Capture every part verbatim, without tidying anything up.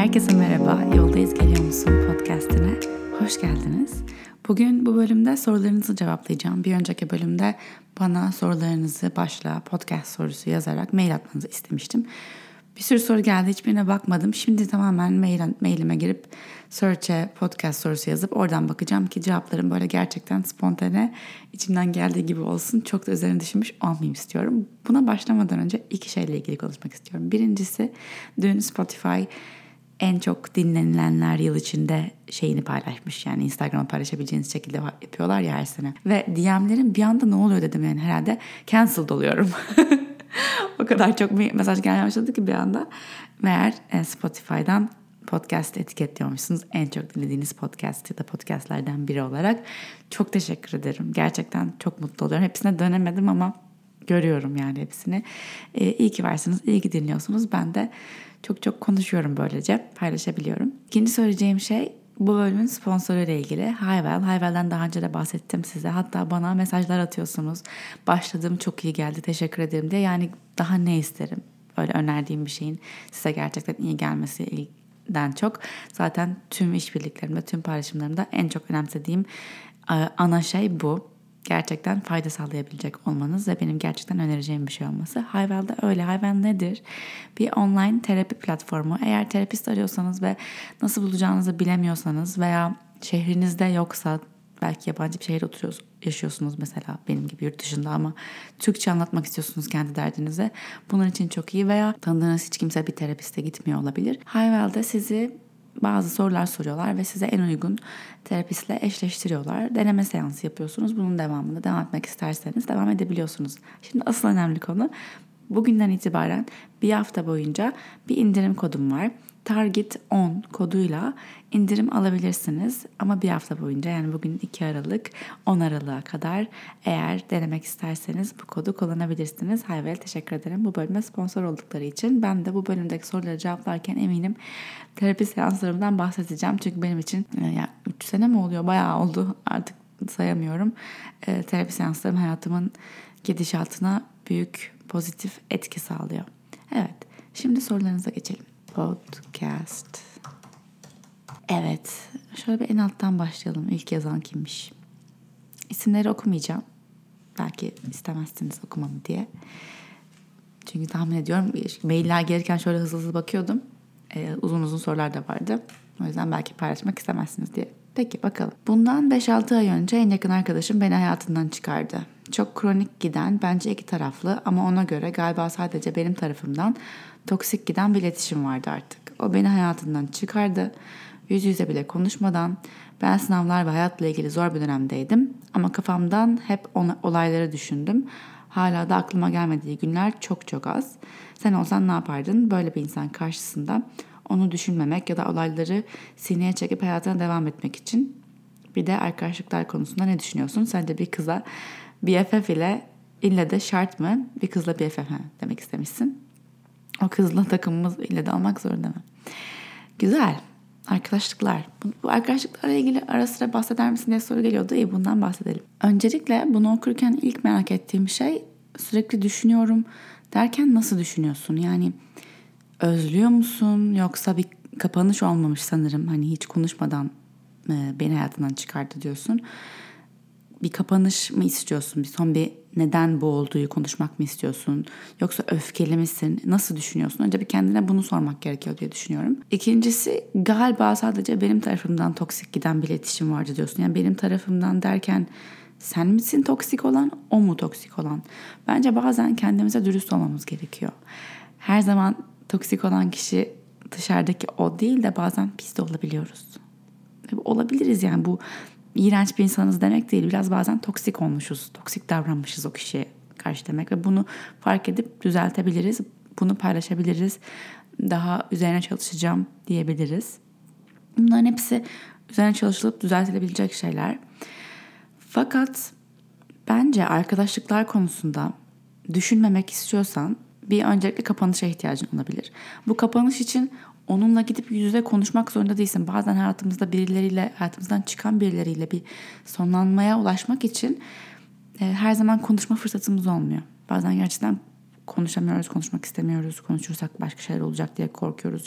Herkese merhaba, Yoldayız Geliyor Musun podcastine hoş geldiniz. Bugün bu bölümde sorularınızı cevaplayacağım. Bir önceki bölümde bana sorularınızı başla podcast sorusu yazarak mail atmanızı istemiştim. Bir sürü soru geldi, hiçbirine bakmadım. Şimdi tamamen mail, mailime girip search'e podcast sorusu yazıp oradan bakacağım ki cevaplarım böyle gerçekten spontane, içimden geldiği gibi olsun. Çok da üzerine düşünmüş olmayayım istiyorum. Buna başlamadan önce iki şeyle ilgili konuşmak istiyorum. Birincisi, dün Spotify en çok dinlenilenler yıl içinde şeyini paylaşmış. Yani Instagram'a paylaşabileceğiniz şekilde yapıyorlar ya her sene. Ve D M'lerin bir anda ne oluyor dedim, yani herhalde cancelled oluyorum. O kadar çok mesaj gelmeye başladı ki bir anda. Meğer Spotify'dan podcast etiketliyormuşsunuz. En çok dinlediğiniz podcast ya da podcastlerden biri olarak. Çok teşekkür ederim. Gerçekten çok mutlu oluyorum. Hepsine dönemedim ama görüyorum yani hepsini. Ee, iyi ki varsınız, iyi ki dinliyorsunuz. Ben de çok çok konuşuyorum, böylece paylaşabiliyorum. İkinci söyleyeceğim şey, bu bölümün sponsoruyla ilgili. Hayvel. Hayvel'den daha önce de bahsettim size. Hatta bana mesajlar atıyorsunuz. Başladığım çok iyi geldi, teşekkür ederim diye. Yani daha ne isterim? Öyle önerdiğim bir şeyin size gerçekten iyi gelmesinden çok. Zaten tüm işbirliklerimde, tüm paylaşımlarımda en çok önemsediğim ana şey bu. Gerçekten fayda sağlayabilecek olmanız ve benim gerçekten önereceğim bir şey olması. Hayvel'de öyle. Hayvel nedir? Bir online terapi platformu. Eğer terapist arıyorsanız ve nasıl bulacağınızı bilemiyorsanız veya şehrinizde yoksa, belki yabancı bir şehirde oturuyorsunuz, yaşıyorsunuz mesela benim gibi yurt dışında ama Türkçe anlatmak istiyorsunuz kendi derdinize. Bunun için çok iyi. Veya tanıdığınız hiç kimse bir terapiste gitmiyor olabilir. Hayvel'de sizi bazı sorular soruyorlar ve size en uygun terapistle eşleştiriyorlar. Deneme seansı yapıyorsunuz. Bunun devamında devam etmek isterseniz devam edebiliyorsunuz. Şimdi asıl önemli konu, bugünden itibaren bir hafta boyunca bir indirim kodum var. Target on koduyla indirim alabilirsiniz. Ama bir hafta boyunca, yani bugün iki Aralık on Aralık'a kadar eğer denemek isterseniz bu kodu kullanabilirsiniz. Hayvel, teşekkür ederim bu bölüme sponsor oldukları için. Ben de bu bölümdeki soruları cevaplarken eminim terapi seanslarımdan bahsedeceğim. Çünkü benim için yani üç sene mi oluyor? Bayağı oldu, artık sayamıyorum. E, terapi seanslarım hayatımın gidişatına büyük pozitif etki sağlıyor. Evet, şimdi sorularınıza geçelim. Podcast. Evet, şöyle bir en alttan başlayalım. İlk yazan kimmiş? İsimleri okumayacağım. Belki istemezsiniz okumamı diye. Çünkü tahmin ediyorum, mailler gelirken şöyle hızlı hızlı bakıyordum. Ee, uzun uzun sorular da vardı. O yüzden belki paylaşmak istemezsiniz diye. Peki bakalım. Bundan beş altı ay önce en yakın arkadaşım beni hayatından çıkardı. Çok kronik giden, bence iki taraflı ama ona göre galiba sadece benim tarafımdan toksik giden bir iletişim vardı artık. O beni hayatından çıkardı. Yüz yüze bile konuşmadan. Ben sınavlar ve hayatla ilgili zor bir dönemdeydim. Ama kafamdan hep ona, olayları düşündüm. Hala da aklıma gelmediği günler çok çok az. Sen olsan ne yapardın? Böyle bir insan karşısında onu düşünmemek ya da olayları sineye çekip hayatına devam etmek için. Bir de arkadaşlıklar konusunda ne düşünüyorsun? Sence bir kıza B F F ile ille de şart mı? Bir kızla B F F demek istemişsin. O kızla takımımız ille de almak zorunda mı? Güzel. Arkadaşlıklar. Bu, bu arkadaşlıklarla ilgili ara sıra bahseder misin diye soru geliyordu. İyi, bundan bahsedelim. Öncelikle bunu okurken ilk merak ettiğim şey, sürekli düşünüyorum derken nasıl düşünüyorsun? Yani özlüyor musun, yoksa bir kapanış olmamış sanırım. Hani hiç konuşmadan e, beni hayatından çıkardı diyorsun. Bir kapanış mı istiyorsun? Bir son bir neden bu olduğu konuşmak mı istiyorsun? Yoksa öfkeli misin? Nasıl düşünüyorsun? Önce bir kendine bunu sormak gerekiyor diye düşünüyorum. İkincisi, galiba sadece benim tarafımdan toksik giden bir iletişim vardı diyorsun. Yani benim tarafımdan derken sen misin toksik olan, o mu toksik olan? Bence bazen kendimize dürüst olmamız gerekiyor. Her zaman toksik olan kişi dışarıdaki o değil de bazen biz de olabiliyoruz. Olabiliriz yani, bu iğrenç bir insanız demek değil. Biraz bazen toksik olmuşuz, toksik davranmışız o kişiye karşı demek ve bunu fark edip düzeltebiliriz. Bunu paylaşabiliriz. Daha üzerine çalışacağım diyebiliriz. Bunların hepsi üzerine çalışılıp düzeltilebilecek şeyler. Fakat bence arkadaşlıklar konusunda düşünmemek istiyorsan bir öncelikle kapanışa ihtiyacın olabilir. Bu kapanış için onunla gidip yüz yüze konuşmak zorunda değilsin. Bazen hayatımızda birileriyle, hayatımızdan çıkan birileriyle bir sonlanmaya ulaşmak için e, her zaman konuşma fırsatımız olmuyor. Bazen gerçekten konuşamıyoruz, konuşmak istemiyoruz. Konuşursak başka şeyler olacak diye korkuyoruz ya da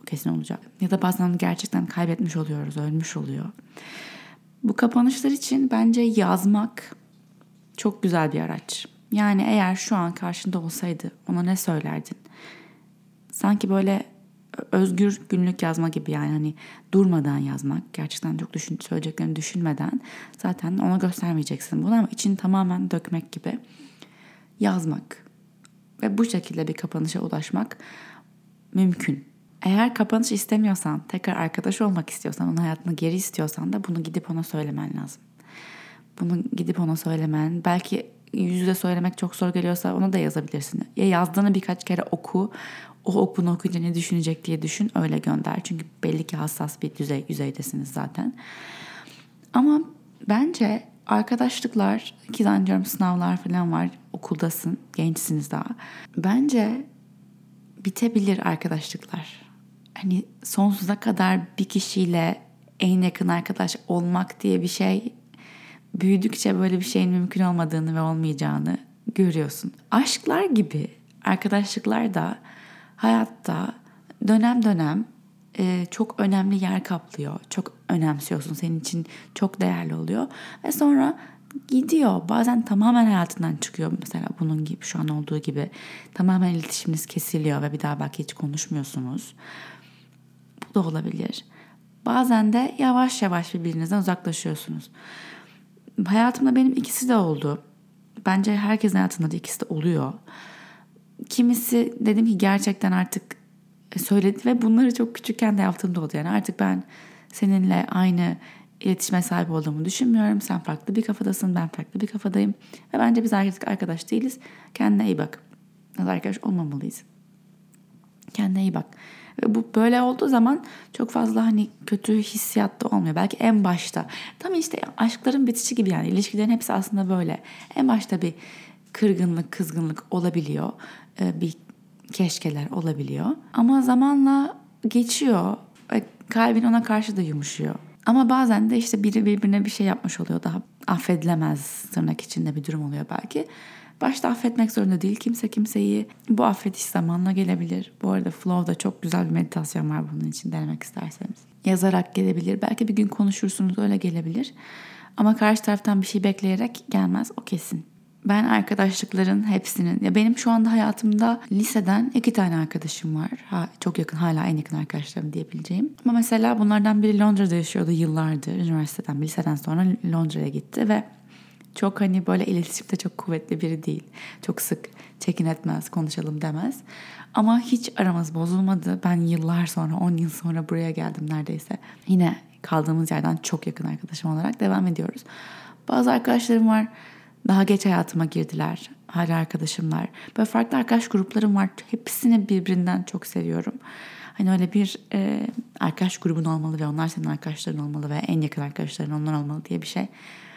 kesin olacak. Ya da bazen gerçekten kaybetmiş oluyoruz, ölmüş oluyor. Bu kapanışlar için bence yazmak çok güzel bir araç. Yani eğer şu an karşında olsaydı ona ne söylerdin? Sanki böyle özgür günlük yazma gibi, yani hani durmadan yazmak, gerçekten çok düşün, söyleyeceklerini düşünmeden, zaten ona göstermeyeceksin bunu ama içini tamamen dökmek gibi yazmak ve bu şekilde bir kapanışa ulaşmak mümkün. Eğer kapanış istemiyorsan, tekrar arkadaş olmak istiyorsan, onun hayatına geri istiyorsan da bunu gidip ona söylemen lazım. Bunu gidip ona söylemen, belki yüz yüze söylemek çok zor geliyorsa ona da yazabilirsin. Ya yazdığını birkaç kere oku, o okunu okuyunca ne düşünecek diye düşün, öyle gönder. Çünkü belli ki hassas bir düzey, yüzeydesiniz zaten. Ama bence arkadaşlıklar, ki zannediyorum sınavlar falan var, okuldasın, gençsiniz daha. Bence bitebilir arkadaşlıklar. Hani sonsuza kadar bir kişiyle en yakın arkadaş olmak diye bir şey, büyüdükçe böyle bir şeyin mümkün olmadığını ve olmayacağını görüyorsun. Aşklar gibi arkadaşlıklar da hayatta dönem dönem e, çok önemli yer kaplıyor. Çok önemsiyorsun, senin için çok değerli oluyor ve sonra gidiyor. Bazen tamamen hayatından çıkıyor, mesela bunun gibi, şu an olduğu gibi tamamen iletişiminiz kesiliyor ve bir daha belki hiç konuşmuyorsunuz. Bu da olabilir. Bazen de yavaş yavaş birbirinizden uzaklaşıyorsunuz. Hayatımda benim ikisi de oldu. Bence herkesin hayatında da ikisi de oluyor. Kimisi dedim ki gerçekten artık söyledi ve bunları çok küçükken de yaptığım da oldu. Yani artık ben seninle aynı iletişime sahip olduğumu düşünmüyorum. Sen farklı bir kafadasın, ben farklı bir kafadayım. Ve bence biz artık arkadaş değiliz. Kendine iyi bak. Arkadaş olmamalıyız. Kendine iyi bak. Ve bu böyle olduğu zaman çok fazla hani kötü hissiyat da olmuyor. Belki en başta. Tam işte aşkların bitişi gibi, yani ilişkilerin hepsi aslında böyle. En başta bir kırgınlık, kızgınlık olabiliyor. Bir keşkeler olabiliyor. Ama zamanla geçiyor ve kalbin ona karşı da yumuşuyor. Ama bazen de işte biri birbirine bir şey yapmış oluyor. Daha affedilemez tırnak içinde bir durum oluyor belki. Başta affetmek zorunda değil kimse kimseyi. Bu affediş zamanla gelebilir. Bu arada Flow'da çok güzel bir meditasyon var bunun için, denemek isterseniz. Yazarak gelebilir. Belki bir gün konuşursunuz, öyle gelebilir. Ama karşı taraftan bir şey bekleyerek gelmez, o kesin. Ben arkadaşlıkların hepsinin, ya benim şu anda hayatımda liseden iki tane arkadaşım var. Ha, çok yakın, hala en yakın arkadaşlarım diyebileceğim. Ama mesela bunlardan biri Londra'da yaşıyordu yıllardır. Üniversiteden, liseden sonra Londra'ya gitti ve çok hani böyle iletişimde çok kuvvetli biri değil. Çok sık check-in etmez, konuşalım demez. Ama hiç aramız bozulmadı. Ben yıllar sonra, on yıl sonra buraya geldim neredeyse. Yine kaldığımız yerden çok yakın arkadaşım olarak devam ediyoruz. Bazı arkadaşlarım var, daha geç hayatıma girdiler. Hala arkadaşımlar. Böyle farklı arkadaş gruplarım var. Hepsini birbirinden çok seviyorum. Hani öyle bir e, arkadaş grubun olmalı ve onlar senin arkadaşların olmalı ve en yakın arkadaşların onlar olmalı diye bir şey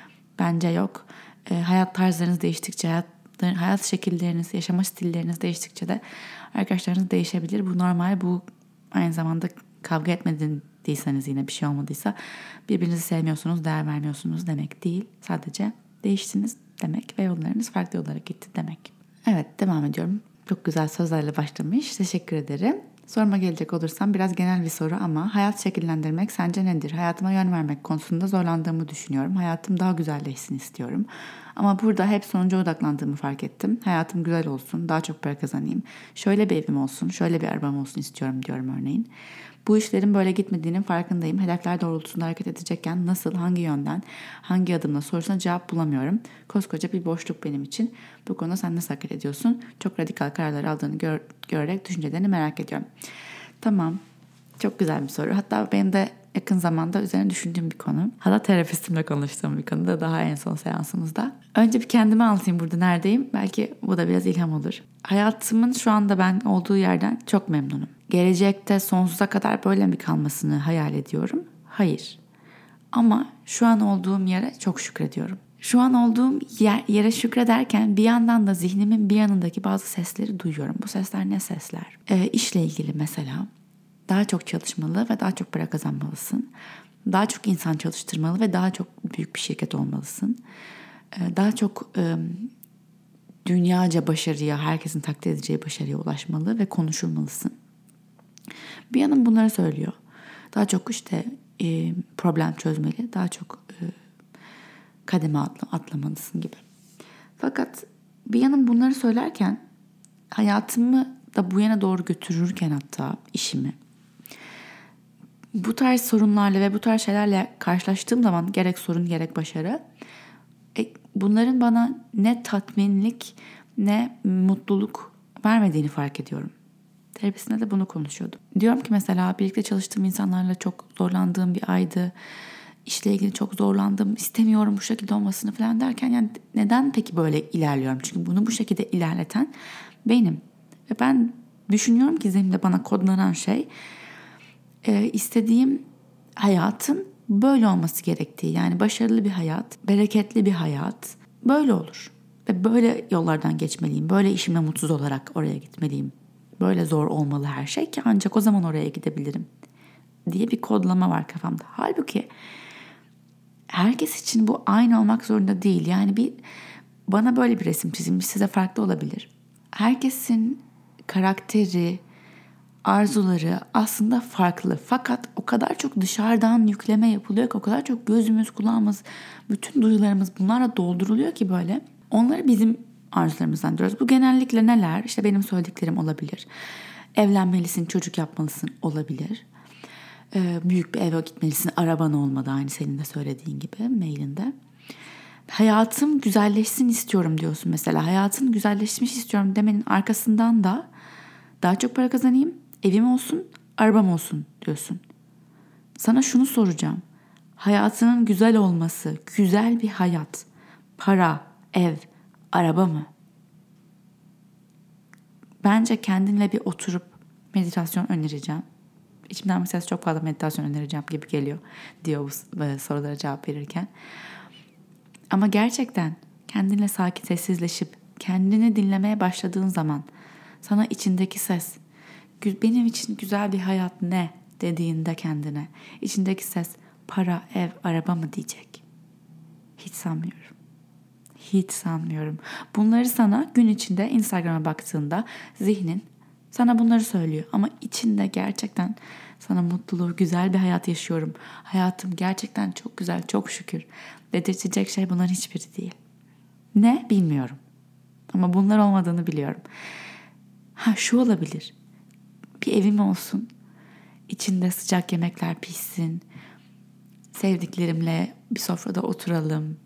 bence yok. E, hayat tarzlarınız değiştikçe, hayat, hayat şekilleriniz, yaşama stilleriniz değiştikçe de arkadaşlarınız değişebilir. Bu normal. Bu aynı zamanda kavga etmediyseniz, yine bir şey olmadıysa, birbirinizi sevmiyorsunuz, değer vermiyorsunuz demek değil. Sadece değiştiniz demek ve yollarınız farklı yollara gitti demek. Evet, devam ediyorum. Çok güzel sözlerle başlamış. Teşekkür ederim. Soruma gelecek olursam biraz genel bir soru ama hayat şekillendirmek sence nedir? Hayatıma yön vermek konusunda zorlandığımı düşünüyorum. Hayatım daha güzelleşsin istiyorum. Ama burada hep sonuca odaklandığımı fark ettim. Hayatım güzel olsun, daha çok para kazanayım. Şöyle bir evim olsun, şöyle bir arabam olsun istiyorum diyorum örneğin. Bu işlerin böyle gitmediğinin farkındayım. Hedefler doğrultusunda hareket edecekken nasıl, hangi yönden, hangi adımla sorusuna cevap bulamıyorum. Koskoca bir boşluk benim için. Bu konuda sen nasıl hareket ediyorsun? Çok radikal kararlar aldığını gör, görerek düşüncelerini merak ediyorum. Tamam, çok güzel bir soru. Hatta benim de yakın zamanda üzerine düşündüğüm bir konu. Hatta terapistimle konuştuğum bir konu da, daha en son seansımızda. Önce bir kendime anlatayım burada neredeyim. Belki bu da biraz ilham olur. Hayatımın şu anda ben olduğu yerden çok memnunum. Gelecekte sonsuza kadar böyle mi kalmasını hayal ediyorum? Hayır. Ama şu an olduğum yere çok şükrediyorum. Şu an olduğum yer, yere şükrederken bir yandan da zihnimin bir yanındaki bazı sesleri duyuyorum. Bu sesler ne sesler? Ee, işle ilgili mesela. Daha çok çalışmalı ve daha çok para kazanmalısın. Daha çok insan çalıştırmalı ve daha çok büyük bir şirket olmalısın. Ee, daha çok e, dünyaca başarıya, herkesin takdir edeceği başarıya ulaşmalı ve konuşulmalısın. Bir yanım bunları söylüyor. Daha çok işte e, problem çözmeli, daha çok e, kademe atla, atlamalısın gibi. Fakat bir yanım bunları söylerken hayatımı da bu yana doğru götürürken hatta işimi bu tarz sorunlarla ve bu tarz şeylerle karşılaştığım zaman gerek sorun gerek başarı e, bunların bana ne tatminlik ne mutluluk vermediğini fark ediyorum. Terapisinde de bunu konuşuyordum. Diyorum ki mesela birlikte çalıştığım insanlarla çok zorlandığım bir aydı. İşle ilgili çok zorlandım. İstemiyorum bu şekilde olmasını falan derken yani neden peki böyle ilerliyorum? Çünkü bunu bu şekilde ilerleten benim. Ve ben düşünüyorum ki zihnimde bana kodlanan şey e, istediğim hayatın böyle olması gerektiği. Yani başarılı bir hayat, bereketli bir hayat böyle olur. Ve böyle yollardan geçmeliyim. Böyle işime mutsuz olarak oraya gitmeliyim. Böyle zor olmalı her şey ki ancak o zaman oraya gidebilirim diye bir kodlama var kafamda. Halbuki herkes için bu aynı olmak zorunda değil. Yani bir bana böyle bir resim çizilmiş, size farklı olabilir. Herkesin karakteri, arzuları aslında farklı. Fakat o kadar çok dışarıdan yükleme yapılıyor ki, o kadar çok gözümüz, kulağımız, bütün duyularımız bunlarla dolduruluyor ki böyle. Onları bizim arzularımızdan diyoruz. Bu genellikle neler? İşte benim söylediklerim olabilir. Evlenmelisin, çocuk yapmalısın olabilir. Ee, büyük bir eve gitmelisin, araban olmadı aynı senin de söylediğin gibi mailinde. Hayatım güzelleşsin istiyorum diyorsun mesela. Hayatın güzelleşmiş istiyorum demenin arkasından da daha çok para kazanayım, evim olsun, arabam olsun diyorsun. Sana şunu soracağım. Hayatının güzel olması, güzel bir hayat, para, ev, araba mı? Bence kendinle bir oturup meditasyon önereceğim. İçimden bir ses çok fazla meditasyon önereceğim gibi geliyor diyor bu sorulara cevap verirken. Ama gerçekten kendinle sakin sessizleşip kendini dinlemeye başladığın zaman sana içindeki ses benim için güzel bir hayat ne dediğinde kendine içindeki ses para, ev, araba mı diyecek? Hiç sanmıyorum. Hiç sanmıyorum. Bunları sana gün içinde Instagram'a baktığında zihnin sana bunları söylüyor. Ama içinde gerçekten sana mutluluğu, güzel bir hayat yaşıyorum. Hayatım gerçekten çok güzel, çok şükür dedirtecek şey bunların hiçbiri değil. Ne bilmiyorum. Ama bunlar olmadığını biliyorum. Ha şu olabilir. Bir evim olsun. İçinde sıcak yemekler pişsin. Sevdiklerimle bir sofrada oturalım.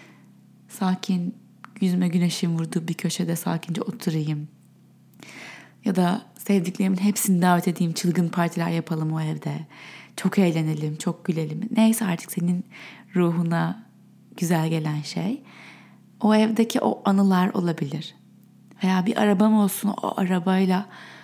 Sakin, yüzüme güneşin vurduğu bir köşede sakince oturayım. Ya da sevdiklerimin hepsini davet edeyim, çılgın partiler yapalım o evde. Çok eğlenelim, çok gülelim. Neyse artık senin ruhuna güzel gelen şey. O evdeki o anılar olabilir. Veya bir arabam olsun, o arabayla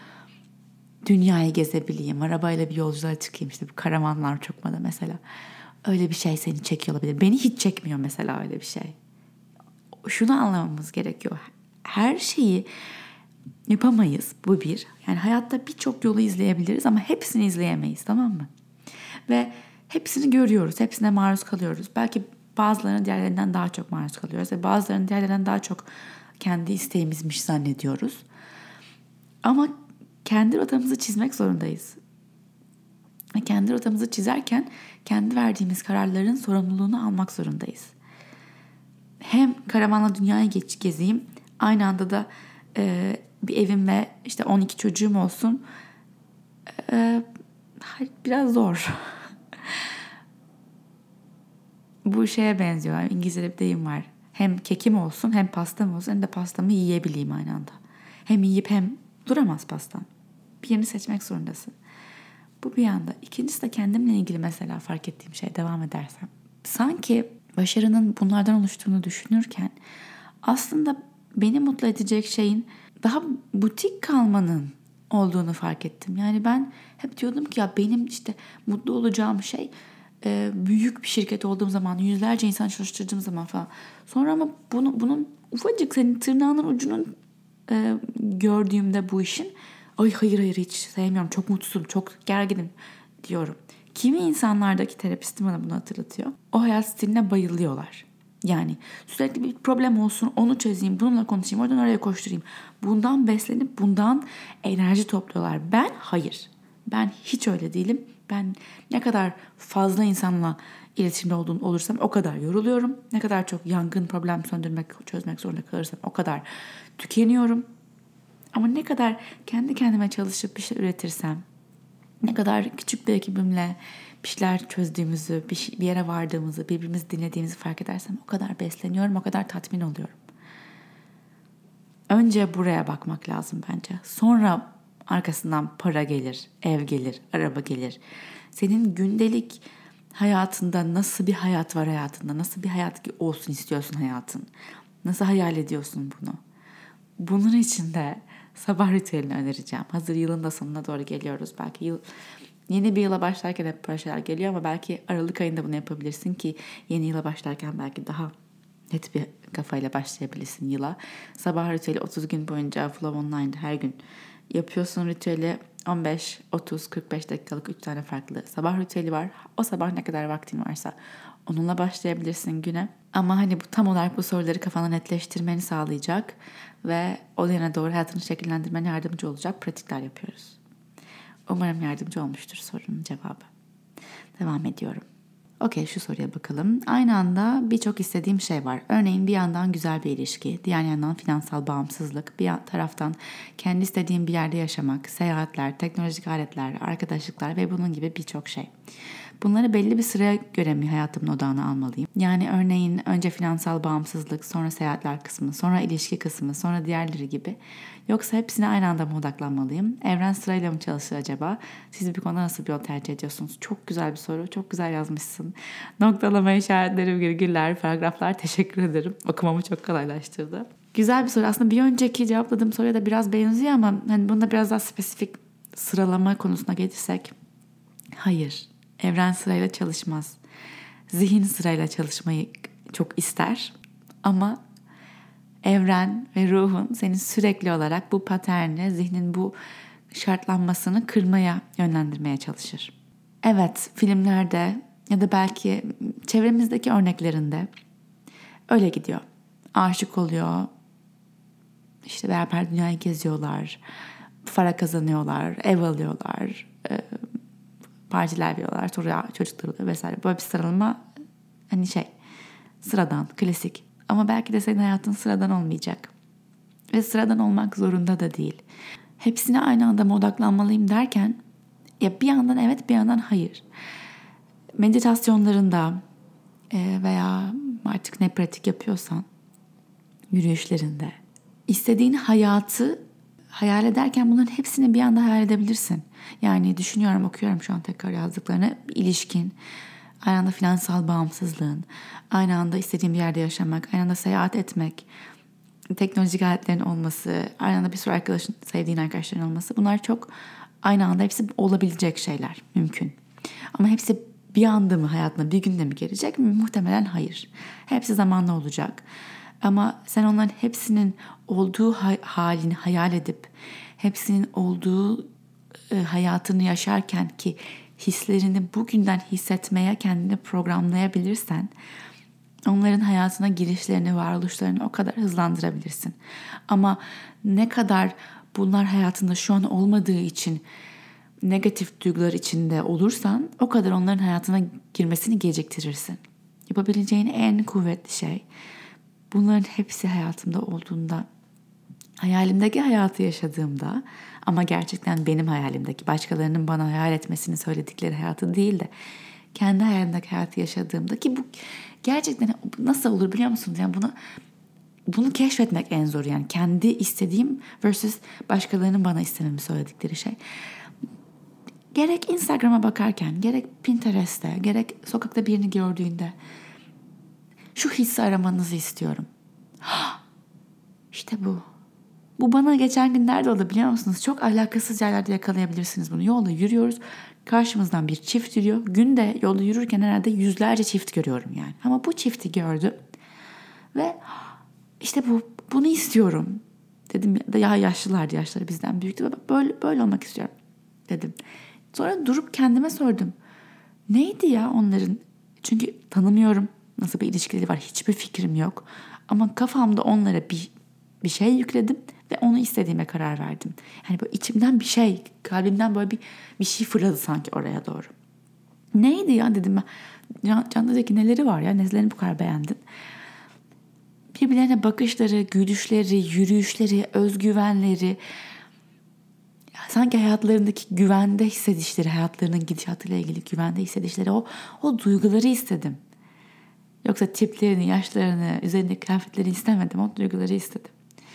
dünyayı gezebileyim. Arabayla bir yolculuğa çıkayım. İşte bu karavanlar çokmada mesela. Öyle bir şey seni çekiyor olabilir. Beni hiç çekmiyor mesela öyle bir şey. Şunu anlamamız gerekiyor. Her şeyi yapamayız, bu bir. Yani hayatta birçok yolu izleyebiliriz ama hepsini izleyemeyiz, tamam mı? Ve hepsini görüyoruz, hepsine maruz kalıyoruz. Belki bazılarını diğerlerinden daha çok maruz kalıyoruz ve bazılarını diğerlerinden daha çok kendi isteğimizmiş zannediyoruz. Ama kendi rotamızı çizmek zorundayız. Ve kendi rotamızı çizerken kendi verdiğimiz kararların sorumluluğunu almak zorundayız. Hem karavanla dünyayı geç gezeyim, aynı anda da e, bir evim ve işte on iki çocuğum olsun. E, biraz zor. Bu şeye benziyor. İngilizce'de bir deyim var. Hem kekim olsun hem pastam olsun hem de pastamı yiyebileyim aynı anda. Hem yiyip hem duramaz pastam. Birini seçmek zorundasın. Bu bir yanda. İkincisi de kendimle ilgili mesela fark ettiğim şey, devam edersem. Sanki başarının bunlardan oluştuğunu düşünürken aslında beni mutlu edecek şeyin daha butik kalmanın olduğunu fark ettim. Yani ben hep diyordum ki ya benim işte mutlu olacağım şey büyük bir şirket olduğum zaman, yüzlerce insan çalıştırdığım zaman falan. Sonra ama bunu, bunun ufacık senin tırnağının ucunun e, gördüğümde bu işin ay hayır hayır hiç sevmiyorum, çok mutsuzum, çok gerginim diyorum. Kimi insanlardaki terapistim bana bunu hatırlatıyor. O hayat stiline bayılıyorlar. Yani sürekli bir problem olsun, onu çözeyim, bununla konuşayım, oradan oraya koşturayım. Bundan beslenip bundan enerji topluyorlar. Ben hayır. Ben hiç öyle değilim. Ben ne kadar fazla insanla iletişimde olduğum olursam o kadar yoruluyorum. Ne kadar çok yangın, problem söndürmek, çözmek zorunda kalırsam o kadar tükeniyorum. Ama ne kadar kendi kendime çalışıp bir şey üretirsem, ne kadar küçük bir ekibimle bir şeyler çözdüğümüzü, bir, şey, bir yere vardığımızı, birbirimizi dinlediğimizi fark edersem o kadar besleniyorum, o kadar tatmin oluyorum. Önce buraya bakmak lazım bence. Sonra arkasından para gelir, ev gelir, araba gelir. Senin gündelik hayatında nasıl bir hayat var hayatında? Nasıl bir hayat olsun istiyorsun hayatın? Nasıl hayal ediyorsun bunu? Bunun için de sabah ritüelini önereceğim. Hazır yılın da sonuna doğru geliyoruz. Belki yıl, yeni bir yıla başlarken hep böyle şeyler geliyor ama belki Aralık ayında bunu yapabilirsin ki yeni yıla başlarken belki daha net bir kafayla başlayabilirsin yıla. Sabah ritüeli otuz gün boyunca Flow Online'da her gün yapıyorsun ritüeli. on beş, otuz, kırk beş dakikalık üç tane farklı sabah ritüeli var. O sabah ne kadar vaktin varsa onunla başlayabilirsin güne. Ama hani bu tam olarak bu soruları kafana netleştirmeni sağlayacak ve o yana doğru hayatını şekillendirmene yardımcı olacak pratikler yapıyoruz. Umarım yardımcı olmuştur sorunun cevabı. Devam ediyorum. Okey, şu soruya bakalım. Aynı anda birçok istediğim şey var. Örneğin bir yandan güzel bir ilişki, diğer yandan finansal bağımsızlık, bir taraftan kendi istediğim bir yerde yaşamak, seyahatler, teknolojik aletler, arkadaşlıklar ve bunun gibi birçok şey. Bunları belli bir sıraya göre mi hayatımın odağına almalıyım? Yani örneğin önce finansal bağımsızlık, sonra seyahatler kısmı, sonra ilişki kısmı, sonra diğerleri gibi. Yoksa hepsine aynı anda mı odaklanmalıyım? Evren sırayla mı çalışır acaba? Siz bir konuda nasıl bir yol tercih ediyorsunuz? Çok güzel bir soru. Çok güzel yazmışsın. Noktalama işaretleri, virgüller, paragraflar, teşekkür ederim. Okumamı çok kolaylaştırdı. Güzel bir soru. Aslında bir önceki cevapladığım soruya da biraz benziyor ama hani bunda biraz daha spesifik sıralama konusuna gelirsek. Hayır. Evren sırayla çalışmaz. Zihin sırayla çalışmayı çok ister. Ama evren ve ruhun seni sürekli olarak bu paternle, zihnin bu şartlanmasını kırmaya, yönlendirmeye çalışır. Evet, filmlerde ya da belki çevremizdeki örneklerinde öyle gidiyor. Aşık oluyor, işte beraber dünyayı geziyorlar, para kazanıyorlar, ev alıyorlar, partiler veriyorlar, sonra çocuklar oluyor vesaire. Böyle bir sıralama hani şey, sıradan, klasik. Ama belki de senin hayatın sıradan olmayacak. Ve sıradan olmak zorunda da değil. Hepsine aynı anda mı odaklanmalıyım derken ya bir yandan evet, bir yandan hayır. Meditasyonlarında veya artık ne pratik yapıyorsan yürüyüşlerinde istediğin hayatı hayal ederken bunların hepsini bir anda hayal edebilirsin. Yani düşünüyorum, okuyorum şu an tekrar yazdıklarını. Bir ilişkin, aynı anda finansal bağımsızlığın, aynı anda istediğin bir yerde yaşamak, aynı anda seyahat etmek, teknolojik aletlerin olması, aynı anda bir sürü arkadaşın, sevdiğin arkadaşların olması. Bunlar çok aynı anda hepsi olabilecek şeyler, mümkün. Ama hepsi bir anda mı hayatına bir günde mi gelecek mi? Muhtemelen hayır. Hepsi zamanla olacak. Ama sen onların hepsinin olduğu halini hayal edip hepsinin olduğu e, hayatını yaşarken ki hislerini bugünden hissetmeye kendini programlayabilirsen onların hayatına girişlerini, varoluşlarını o kadar hızlandırabilirsin. Ama ne kadar bunlar hayatında şu an olmadığı için negatif duygular içinde olursan o kadar onların hayatına girmesini geciktirirsin. Yapabileceğin en kuvvetli şey bunların hepsi hayatımda olduğunda, hayalimdeki hayatı yaşadığımda ama gerçekten benim hayalimdeki, başkalarının bana hayal etmesini söyledikleri hayatı değil de kendi hayalimdeki hayatı yaşadığımda ki bu gerçekten nasıl olur biliyor musunuz? Yani bunu bunu keşfetmek en zor, yani kendi istediğim versus başkalarının bana istememi söyledikleri şey. Gerek Instagram'a bakarken, gerek Pinterest'te, gerek sokakta birini gördüğünde şu hissi aramanızı istiyorum. İşte bu. Bu bana geçen gün nerede oldu biliyor musunuz? Çok alakasız yerlerde yakalayabilirsiniz bunu. Yolda yürüyoruz. Karşımızdan bir çift yürüyor. Günde yolda yürürken herhalde yüzlerce çift görüyorum yani. Ama bu çifti gördüm. Ve işte bu, bunu istiyorum. Dedim ya, yaşlılardı, yaşları bizden büyüktü. Böyle, böyle olmak istiyorum dedim. Sonra durup kendime sordum. Neydi ya onların? Çünkü tanımıyorum. Nasıl bir ilişkileri var hiçbir fikrim yok. Ama kafamda onlara bir bir şey yükledim Ve onu istediğime karar verdim. Yani böyle içimden bir şey, kalbimden böyle bir, bir şey fırladı sanki oraya doğru. Neydi ya dedim ben. Can, Can'daki neleri var ya, nelerini bu kadar beğendin? Birbirlerine bakışları, gülüşleri, yürüyüşleri, özgüvenleri, sanki hayatlarındaki güvende hissedişleri, hayatlarının gidişatıyla ilgili güvende hissedişleri, o, o duyguları istedim. Yoksa tiplerini, yaşlarını, üzerindeki kıyafetleri istemedim, o duyguları istedim.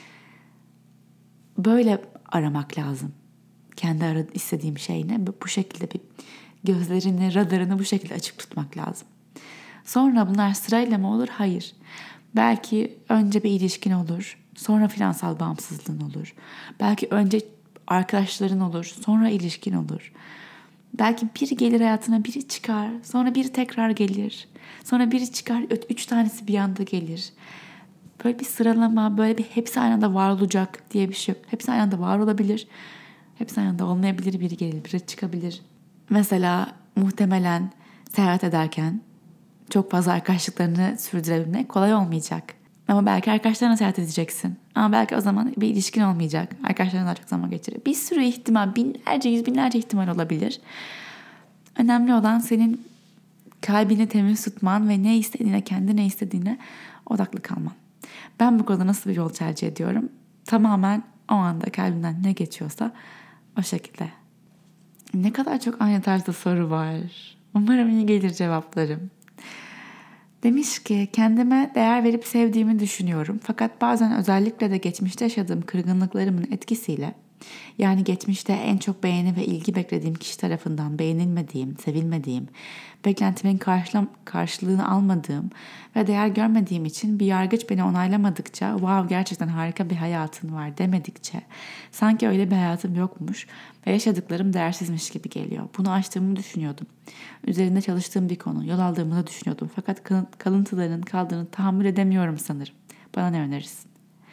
Böyle aramak lazım. Kendi ara, istediğim şey ne? Bu şekilde bir gözlerini, radarını bu şekilde açık tutmak lazım. Sonra bunlar sırayla mı olur? Hayır. Belki önce bir ilişkin olur, sonra finansal bağımsızlığın olur. Belki önce arkadaşların olur, sonra ilişkin olur. Belki biri gelir hayatına, biri çıkar, sonra biri tekrar gelir. Sonra biri çıkar, üç tanesi bir anda gelir. Böyle bir sıralama, böyle bir hepsi aynı anda var olacak diye bir şey yok. Hepsi aynı anda var olabilir. Hepsi aynı anda olmayabilir, biri gelir, biri çıkabilir. Mesela muhtemelen seyahat ederken çok fazla arkadaşlıklarını sürdürebilmek kolay olmayacak. Ama belki arkadaşlarına seyahat edeceksin. Ama belki o zaman bir ilişkin olmayacak. Arkadaşlarına daha çok zaman geçirir. Bir sürü ihtimal, binlerce, yüz binlerce ihtimal olabilir. Önemli olan senin kalbini temiz tutman ve ne istediğine, kendi ne istediğine odaklı kalman. Ben bu konuda nasıl bir yol tercih ediyorum? Tamamen o anda kalbimden ne geçiyorsa o şekilde. Ne kadar çok aynı tarzda soru var. Umarım iyi gelir cevaplarım. Demiş ki kendime değer verip sevdiğimi düşünüyorum. Fakat bazen özellikle de geçmişte yaşadığım kırgınlıklarımın etkisiyle, yani geçmişte en çok beğeni ve ilgi beklediğim kişi tarafından beğenilmediğim, sevilmediğim, beklentimin karşılam- karşılığını almadığım ve değer görmediğim için bir yargıç beni onaylamadıkça, wow gerçekten harika bir hayatın var demedikçe, sanki öyle bir hayatım yokmuş ve yaşadıklarım değersizmiş gibi geliyor. Bunu aştığımı düşünüyordum. Üzerinde çalıştığım bir konu, yol aldığımı da düşünüyordum. Fakat kalıntıların kaldığını tahammül edemiyorum sanırım. Bana ne önerirsin?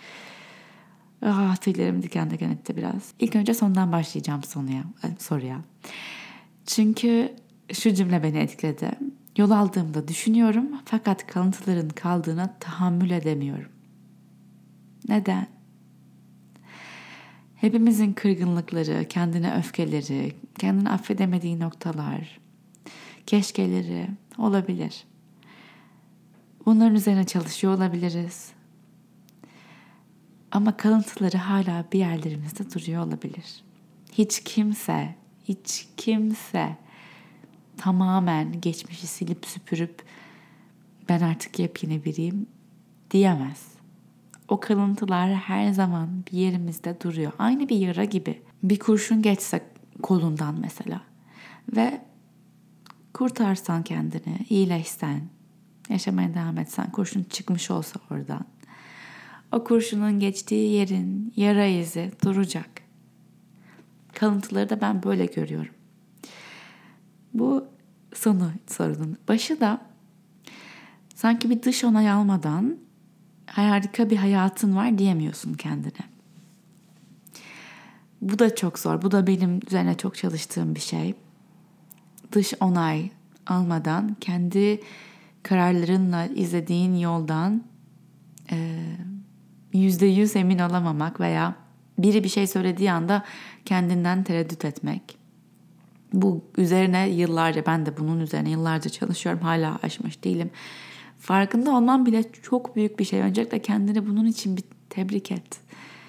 Ah, tüylerim diken diken etti biraz. İlk önce sondan başlayacağım soruya. soruya. Çünkü şu cümle beni etkiledi. Yol aldığımda düşünüyorum fakat kalıntıların kaldığına tahammül edemiyorum. Neden? Hepimizin kırgınlıkları, kendine öfkeleri, kendini affedemediği noktalar, keşkeleri olabilir. Bunların üzerine çalışıyor olabiliriz. Ama kalıntıları hala bir yerlerimizde duruyor olabilir. Hiç kimse, hiç kimse tamamen geçmişi silip süpürüp ben artık yepyeni biriyim diyemez. O kalıntılar her zaman bir yerimizde duruyor. Aynı bir yara gibi. Bir kurşun geçse kolundan mesela ve kurtarsan kendini, iyileşsen, yaşamaya devam etsen, kurşun çıkmış olsa oradan, o kurşunun geçtiği yerin yara izi duracak. Kalıntıları da ben böyle görüyorum. Bu sonu sorunun. Başı da sanki bir dış onay almadan harika bir hayatın var diyemiyorsun kendine. Bu da çok zor. Bu da benim üzerine çok çalıştığım bir şey. Dış onay almadan kendi kararlarınla izlediğin yoldan yüzde yüz emin olamamak veya biri bir şey söylediği anda kendinden tereddüt etmek. Bu üzerine yıllarca, ben de bunun üzerine yıllarca çalışıyorum. Hala aşmış değilim. Farkında olmam bile çok büyük bir şey. Öncelikle kendini bunun için bir tebrik et.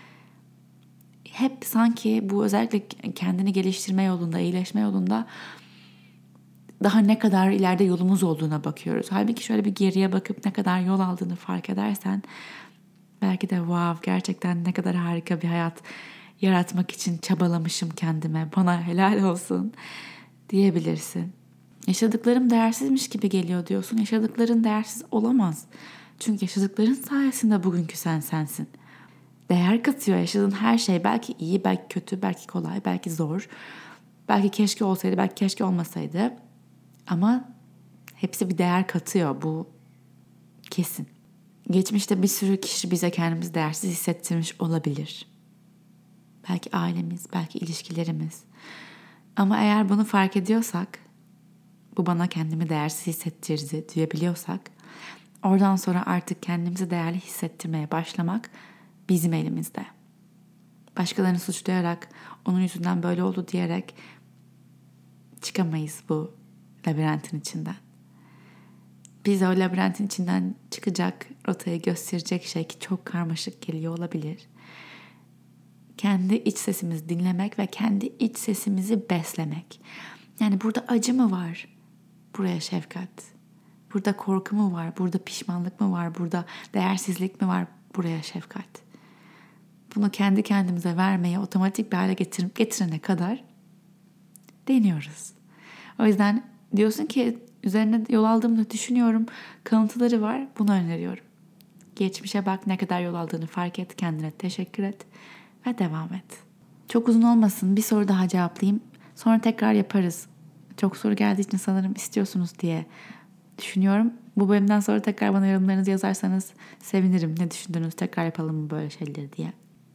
Hep sanki bu özellikle kendini geliştirme yolunda, iyileşme yolunda daha ne kadar ileride yolumuz olduğuna bakıyoruz. Halbuki şöyle bir geriye bakıp ne kadar yol aldığını fark edersen belki de wow gerçekten ne kadar harika bir hayat yaratmak için çabalamışım kendime. Bana helal olsun diyebilirsin. Yaşadıklarım değersizmiş gibi geliyor diyorsun. Yaşadıkların değersiz olamaz. Çünkü yaşadıkların sayesinde bugünkü sen sensin. Değer katıyor yaşadığın her şey. Belki iyi, belki kötü, belki kolay, belki zor. Belki keşke olsaydı, belki keşke olmasaydı. Ama hepsi bir değer katıyor. Bu kesin. Geçmişte bir sürü kişi bize kendimizi değersiz hissettirmiş olabilir. Belki ailemiz, belki ilişkilerimiz. Ama eğer bunu fark ediyorsak, bu bana kendimi değersiz hissettirdi diyebiliyorsak, oradan sonra artık kendimizi değerli hissettirmeye başlamak bizim elimizde. başkalarını suçlayarak, onun yüzünden böyle oldu diyerek çıkamayız bu labirentin içinden. Biz o labirentin içinden çıkacak, rotayı gösterecek şey ki çok karmaşık geliyor olabilir. Kendi iç sesimizi dinlemek ve kendi iç sesimizi beslemek. Yani burada acı mı var? Buraya şefkat. Burada korku mu var? Burada pişmanlık mı var? Burada değersizlik mi var? Buraya şefkat. Bunu kendi kendimize vermeyi otomatik bir hale getirip getirene kadar deniyoruz. O yüzden diyorsun ki üzerine yol aldığımda düşünüyorum. Kalıntıları var. Bunu öneriyorum. Geçmişe bak, ne kadar yol aldığını fark et. Kendine teşekkür et. Ve devam et. Çok uzun olmasın. Bir soru daha cevaplayayım. Sonra tekrar yaparız. Çok soru geldiği için sanırım istiyorsunuz diye düşünüyorum. Bu bölümden sonra tekrar bana yorumlarınızı yazarsanız sevinirim. Ne düşündünüz? Tekrar yapalım mı böyle şeyleri diye.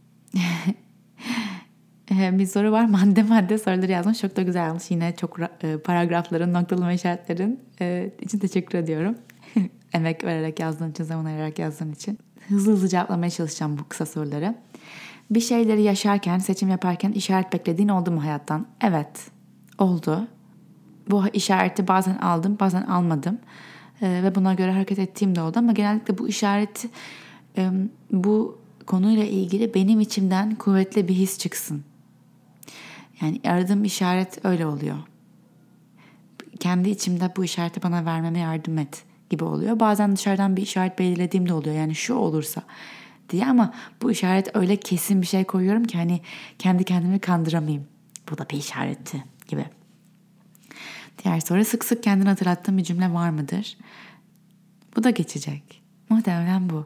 Bir soru var. Madde madde soruları yazmış. Çok da güzel yazmış. Yine çok paragrafların, noktalama işaretlerin için teşekkür ediyorum. Emek vererek yazdığın için, zaman ayırarak yazdığın için. Hızlı hızlı cevaplamaya çalışacağım bu kısa soruları. Bir şeyleri yaşarken, seçim yaparken işaret beklediğin oldu mu hayattan? Evet, oldu. Bu işareti bazen aldım, bazen almadım. Ee, ve buna göre hareket ettiğim de oldu. Ama genellikle bu işareti, e, bu konuyla ilgili benim içimden kuvvetli bir his çıksın. Yani aradığım işaret öyle oluyor. Kendi içimde bu işareti bana vermeme yardım et gibi oluyor. Bazen dışarıdan bir işaret belirlediğim de oluyor. Yani şu olursa diye, ama bu işaret öyle kesin bir şey koyuyorum ki hani kendi kendimi kandıramayayım. Bu da bir işareti gibi. Diğer soru, sık sık kendini hatırlattığın bir cümle var mıdır? Bu da geçecek. Muhtemelen bu.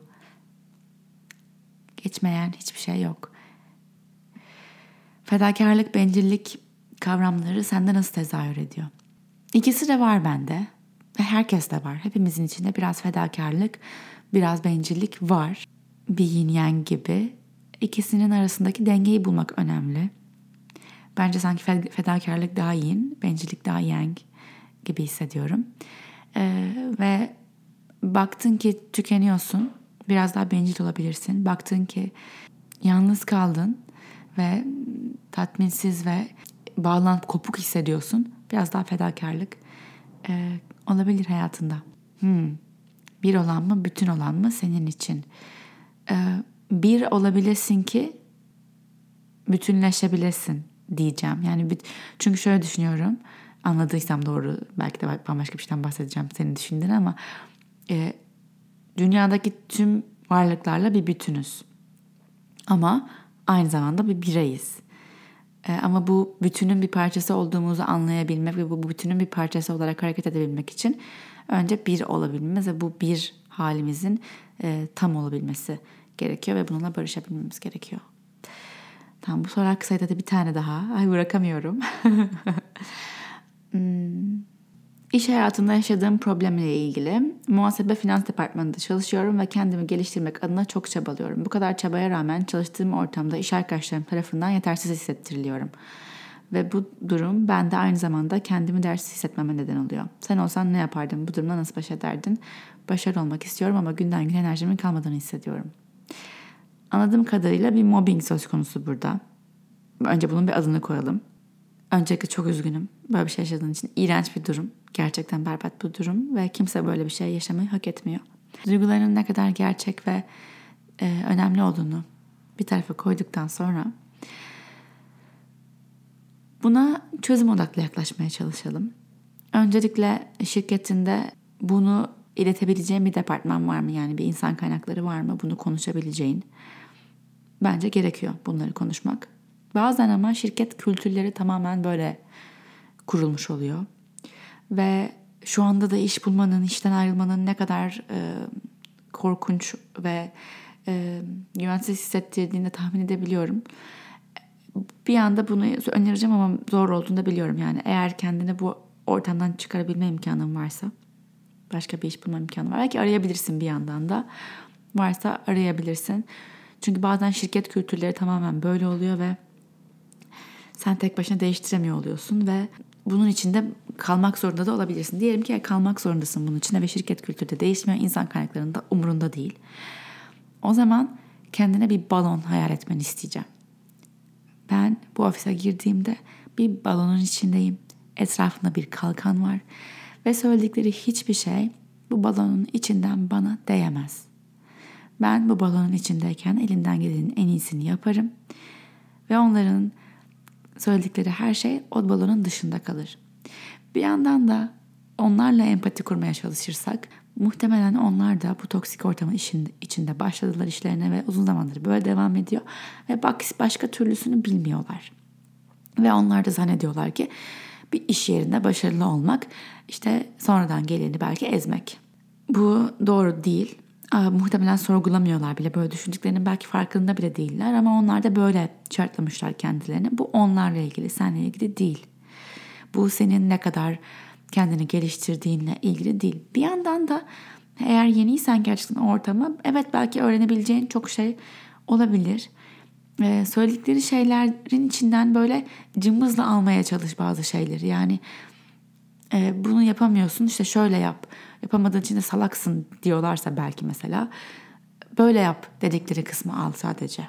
Geçmeyen hiçbir şey yok. Fedakarlık, bencillik kavramları sende nasıl tezahür ediyor? İkisi de var bende ve herkes de var. Hepimizin içinde biraz fedakarlık, biraz bencillik var. Bir yin yang gibi. İkisinin arasındaki dengeyi bulmak önemli. Bence sanki fedakarlık daha yin, bencillik daha yang gibi hissediyorum. Ee, ve baktın ki tükeniyorsun, biraz daha bencil olabilirsin. Baktın ki yalnız kaldın ve tatminsiz ve bağlanıp kopuk hissediyorsun, biraz daha fedakarlık ee, olabilir hayatında. Hmm. Bir olan mı, bütün olan mı senin için? Ee, bir olabilirsin ki bütünleşebilesin diyeceğim. Yani çünkü şöyle düşünüyorum. Anladıysam doğru, belki de bambaşka bir şeyden bahsedeceğim senin düşündüğün, ama e, dünyadaki tüm varlıklarla bir bütünüz. Ama aynı zamanda bir bireyiz. E, ama bu bütünün bir parçası olduğumuzu anlayabilmek ve bu bütünün bir parçası olarak hareket edebilmek için önce bir olabilmemiz ve bu bir halimizin e, tam olabilmesi gerekiyor ve bununla barışabilmemiz gerekiyor. Tamam, bu soru kısaydı da bir tane daha. Ay, bırakamıyorum. hmm. İş hayatında yaşadığım problemle ilgili muhasebe finans departmanında çalışıyorum ve kendimi geliştirmek adına çok çabalıyorum. Bu kadar çabaya rağmen çalıştığım ortamda iş arkadaşlarım tarafından yetersiz hissettiriliyorum. Ve bu durum bende aynı zamanda kendimi değersiz hissetmeme neden oluyor. Sen olsan ne yapardın? Bu durumla nasıl baş ederdin? Başarılı olmak istiyorum ama günden güne enerjimin kalmadığını hissediyorum. Anladığım kadarıyla bir mobbing söz konusu burada. Önce bunun bir adını koyalım. Öncelikle çok üzgünüm böyle bir şey yaşadığın için. İğrenç bir durum. Gerçekten berbat bir durum ve kimse böyle bir şey yaşamayı hak etmiyor. Duygularının ne kadar gerçek ve e, önemli olduğunu bir tarafa koyduktan sonra buna çözüm odaklı yaklaşmaya çalışalım. Öncelikle şirketinde bunu iletebileceğin bir departman var mı? Yani bir insan kaynakları var mı? Bunu konuşabileceğin. Bence gerekiyor bunları konuşmak. Bazen ama şirket kültürleri tamamen böyle kurulmuş oluyor. Ve şu anda da iş bulmanın, işten ayrılmanın ne kadar e, korkunç ve e, güvensiz hissettirdiğini de tahmin edebiliyorum. Bir anda bunu önereceğim ama zor olduğunu da biliyorum. Yani eğer kendini bu ortamdan çıkarabilme imkanın varsa, başka bir iş bulma imkanı var. Belki arayabilirsin bir yandan da. Varsa arayabilirsin. Çünkü bazen şirket kültürleri tamamen böyle oluyor ve sen tek başına değiştiremiyor oluyorsun ve bunun içinde kalmak zorunda da olabilirsin. Diyelim ki kalmak zorundasın bunun içinde ve şirket kültürü de değişmiyor. İnsan kaynaklarında umurunda değil. O zaman kendine bir balon hayal etmeni isteyeceğim. Ben bu ofise girdiğimde bir balonun içindeyim. Etrafında bir kalkan var. Ve söyledikleri hiçbir şey bu balonun içinden bana değemez. Ben bu balonun içindeyken elimden gelenin en iyisini yaparım. Ve onların söyledikleri her şey o balonun dışında kalır. Bir yandan da onlarla empati kurmaya çalışırsak muhtemelen onlar da bu toksik ortamın içinde başladılar işlerine ve uzun zamandır böyle devam ediyor. Ve bak başka türlüsünü bilmiyorlar. Ve onlar da zannediyorlar ki bir iş yerinde başarılı olmak işte sonradan geleni belki ezmek. Bu doğru değil. Aa, muhtemelen sorgulamıyorlar bile, böyle düşündüklerinin belki farkında bile değiller ama onlar da böyle şartlamışlar kendilerini. Bu onlarla ilgili, seninle ilgili değil. Bu senin ne kadar kendini geliştirdiğinle ilgili değil. Bir yandan da eğer yeniysen gerçekten ortama, evet belki öğrenebileceğin çok şey olabilir. Ee, söyledikleri şeylerin içinden böyle cımbızla almaya çalış bazı şeyleri. Yani e, bunu yapamıyorsun, işte şöyle yap. Yapamadığın için de salaksın diyorlarsa belki mesela böyle yap dedikleri kısmı al sadece.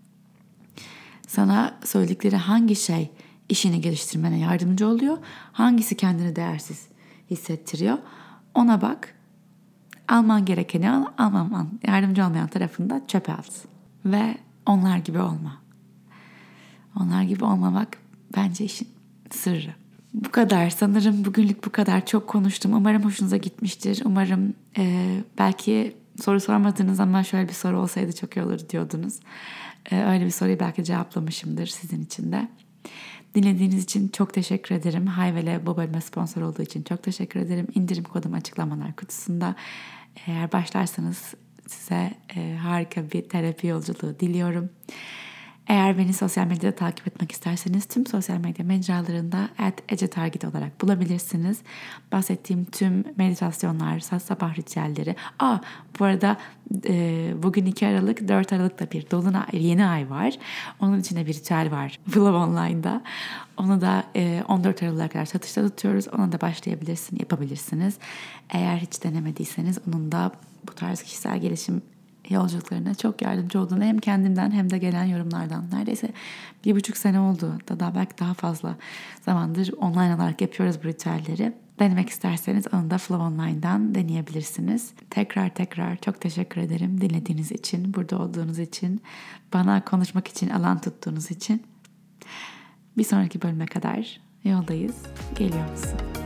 Sana söyledikleri hangi şey işini geliştirmene yardımcı oluyor, hangisi kendini değersiz hissettiriyor, ona bak. Alman gerekeni al, almaman, yardımcı olmayan tarafında çöpe at. Ve onlar gibi olma. Onlar gibi olmamak bence işin sırrı. Bu kadar. Sanırım bugünlük bu kadar. Çok konuştum. Umarım hoşunuza gitmiştir. Umarım e, belki soru sormadınız ama şöyle bir soru olsaydı çok iyi olur diyordunuz. E, öyle bir soruyu belki cevaplamışımdır sizin için de. Dinlediğiniz için çok teşekkür ederim. Hayvel'e bu bölüme sponsor olduğu için çok teşekkür ederim. İndirim kodum açıklamalar kutusunda. Eğer başlarsanız size e, harika bir terapi yolculuğu diliyorum. Eğer beni sosyal medyada takip etmek isterseniz tüm sosyal medya mecralarında at ecetarget olarak bulabilirsiniz. Bahsettiğim tüm meditasyonlar, sabah ritüelleri. Aa, bu arada e, bugün iki Aralık, dört Aralık'ta bir dolunay, yeni ay var. Onun içinde bir ritüel var Flow Online'da. Onu da e, on dört Aralık'a kadar satışta tutuyoruz. Ona da başlayabilirsiniz, yapabilirsiniz. Eğer hiç denemediyseniz onun da bu tarz kişisel gelişim yolculuklarına çok yardımcı olduğunu hem kendimden hem de gelen yorumlardan, neredeyse bir buçuk sene oldu da daha belki daha fazla zamandır online olarak yapıyoruz bu ritüelleri. Denemek isterseniz onu da Flow Online'dan deneyebilirsiniz. Tekrar tekrar çok teşekkür ederim dinlediğiniz için, burada olduğunuz için, bana konuşmak için alan tuttuğunuz için. Bir sonraki bölüme kadar yoldayız. Geliyor musun?